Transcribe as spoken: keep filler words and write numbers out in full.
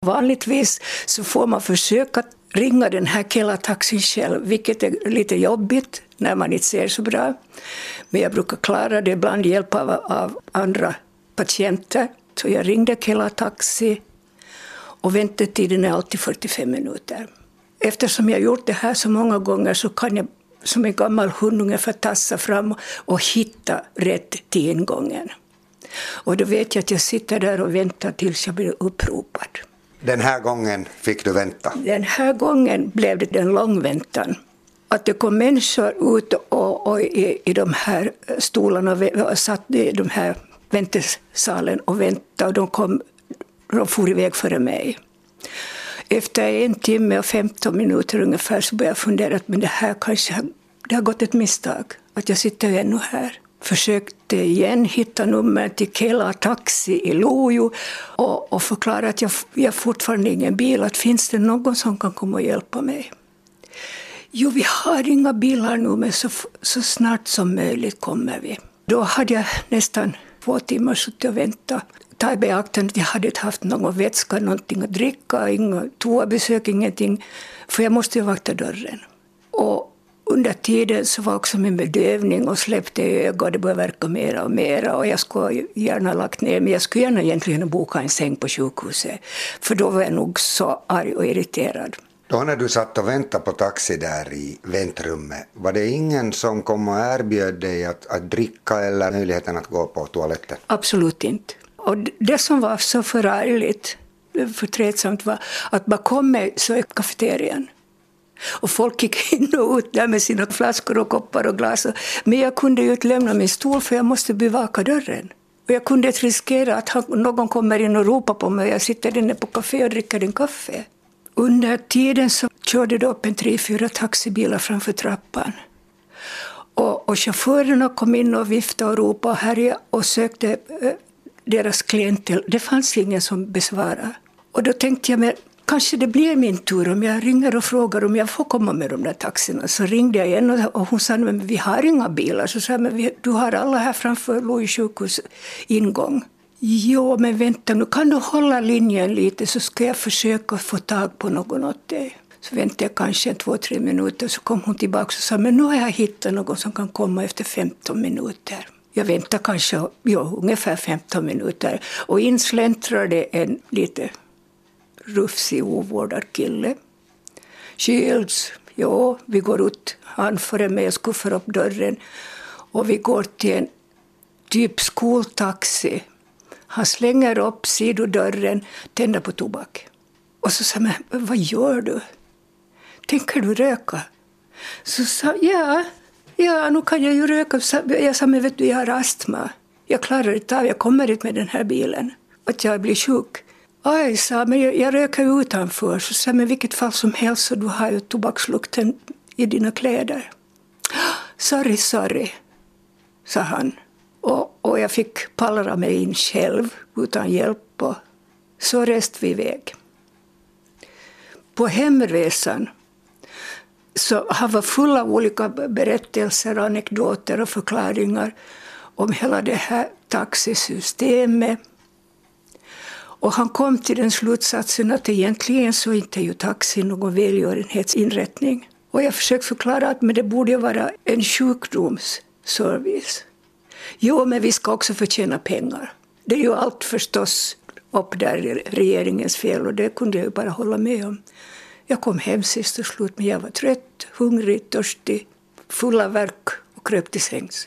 Vanligtvis så får man försöka ringa den här Kela-taxin själv, vilket är lite jobbigt när man inte ser så bra. Men jag brukar klara det, ibland hjälp av, av andra patienter. Så jag ringde Kela-taxi och väntetiden är alltid fyrtiofem minuter. Eftersom jag gjort det här så många gånger så kan jag som en gammal hund ungefär tassa fram och hitta rätt till ingången. Och då vet jag att jag sitter där och väntar tills jag blir uppropad. Den här gången fick du vänta? Den här gången blev det en lång väntan. Att det kom människor ut och, och i, i de här stolarna och satt i de här väntesalen och väntade. Och de, kom, de for iväg före mig. Efter en timme och femton minuter ungefär så började jag fundera att men det här kanske det har gått ett misstag. Att jag sitter ännu här. Försökte igen hitta nummer till Kela-taxi i Lojo och, och förklara att jag, jag fortfarande ingen bil. Att finns det någon som kan komma och hjälpa mig? Jo, vi har inga bilar nu, men så, så snart som möjligt kommer vi. Då hade jag nästan två timmar suttit och väntat. Ta i beaktande att jag hade inte haft någon vätska, någonting att dricka, inga toabesök, ingenting. För jag måste ju vakta dörren. Och under tiden så var också min bedövning och släppte i ögat. Det började verka mera och mera. Och jag skulle gärna lagt ner, men jag skulle gärna egentligen boka en säng på sjukhuset. För då var jag nog så arg och irriterad. Då när du satt och väntade på taxi där i väntrummet, var det ingen som kom och erbjöd dig att, att dricka eller möjligheten att gå på toaletten? Absolut inte. Och det som var så förargligt, förträtsamt var att man kom med så i kafeterian. Och folk gick in och ut där med sina flaskor och koppar och glas. Men jag kunde ju inte lämna min stol för jag måste bevaka dörren. Och jag kunde inte riskera att någon kommer in och ropar på mig och jag sitter inne på kafé och dricker en kaffe. Under tiden så körde det upp en tre, fyra taxibilar framför trappan. Och, och chaufförerna kom in och viftade och ropade och härjade och sökte äh, deras klientel. Det fanns ingen som besvarade. Och då tänkte jag, men kanske det blir min tur om jag ringer och frågar om jag får komma med de där taxierna. Så ringde jag igen och hon sa, men vi har inga bilar. Så sa jag, men vi, du har alla här framför Lojo sjukhus ingång. Jo, men vänta nu, kan du hålla linjen lite så ska jag försöka få tag på någon åt dig. Så väntade jag kanske två, tre minuter så kom hon tillbaka och sa, men nu har jag hittat någon som kan komma efter femton minuter. Jag väntade kanske ja, ungefär femton minuter och insläntrade en lite rufsig, ovårdad kille. Shields, ja, vi går ut, han före mig och skuffar upp dörren och vi går till en typ skoltaxi. Han slänger upp sidodörren, tänder på tobak. Och så sa han, men vad gör du? Tänker du röka? Så sa ja, ja, nu kan jag ju röka. Jag sa, men vet du, jag har astma. Jag klarar inte av, jag kommer inte med den här bilen. Att jag blir sjuk. Aj, sa men jag, jag röker utanför. Så sa men vilket fall som helst så du har ju tobakslukten i dina kläder. Sorry, sorry, sa han. Och, och jag fick pallra mig in själv utan hjälp och så reste vi iväg. På hemresan så han var full av olika berättelser, anekdoter och förklaringar om hela det här taxisystemet. Och han kom till den slutsatsen att egentligen så inte är ju taxi någon välgörenhetsinrättning. Och jag försökte förklara att men det borde vara en sjukdomsservice. Jo, men vi ska också förtjäna pengar. Det är ju allt förstås upp där regeringens fel och det kunde jag ju bara hålla med om. Jag kom hem sist och slut men jag var trött, hungrig, törstig, full av värk och kröp till sängs.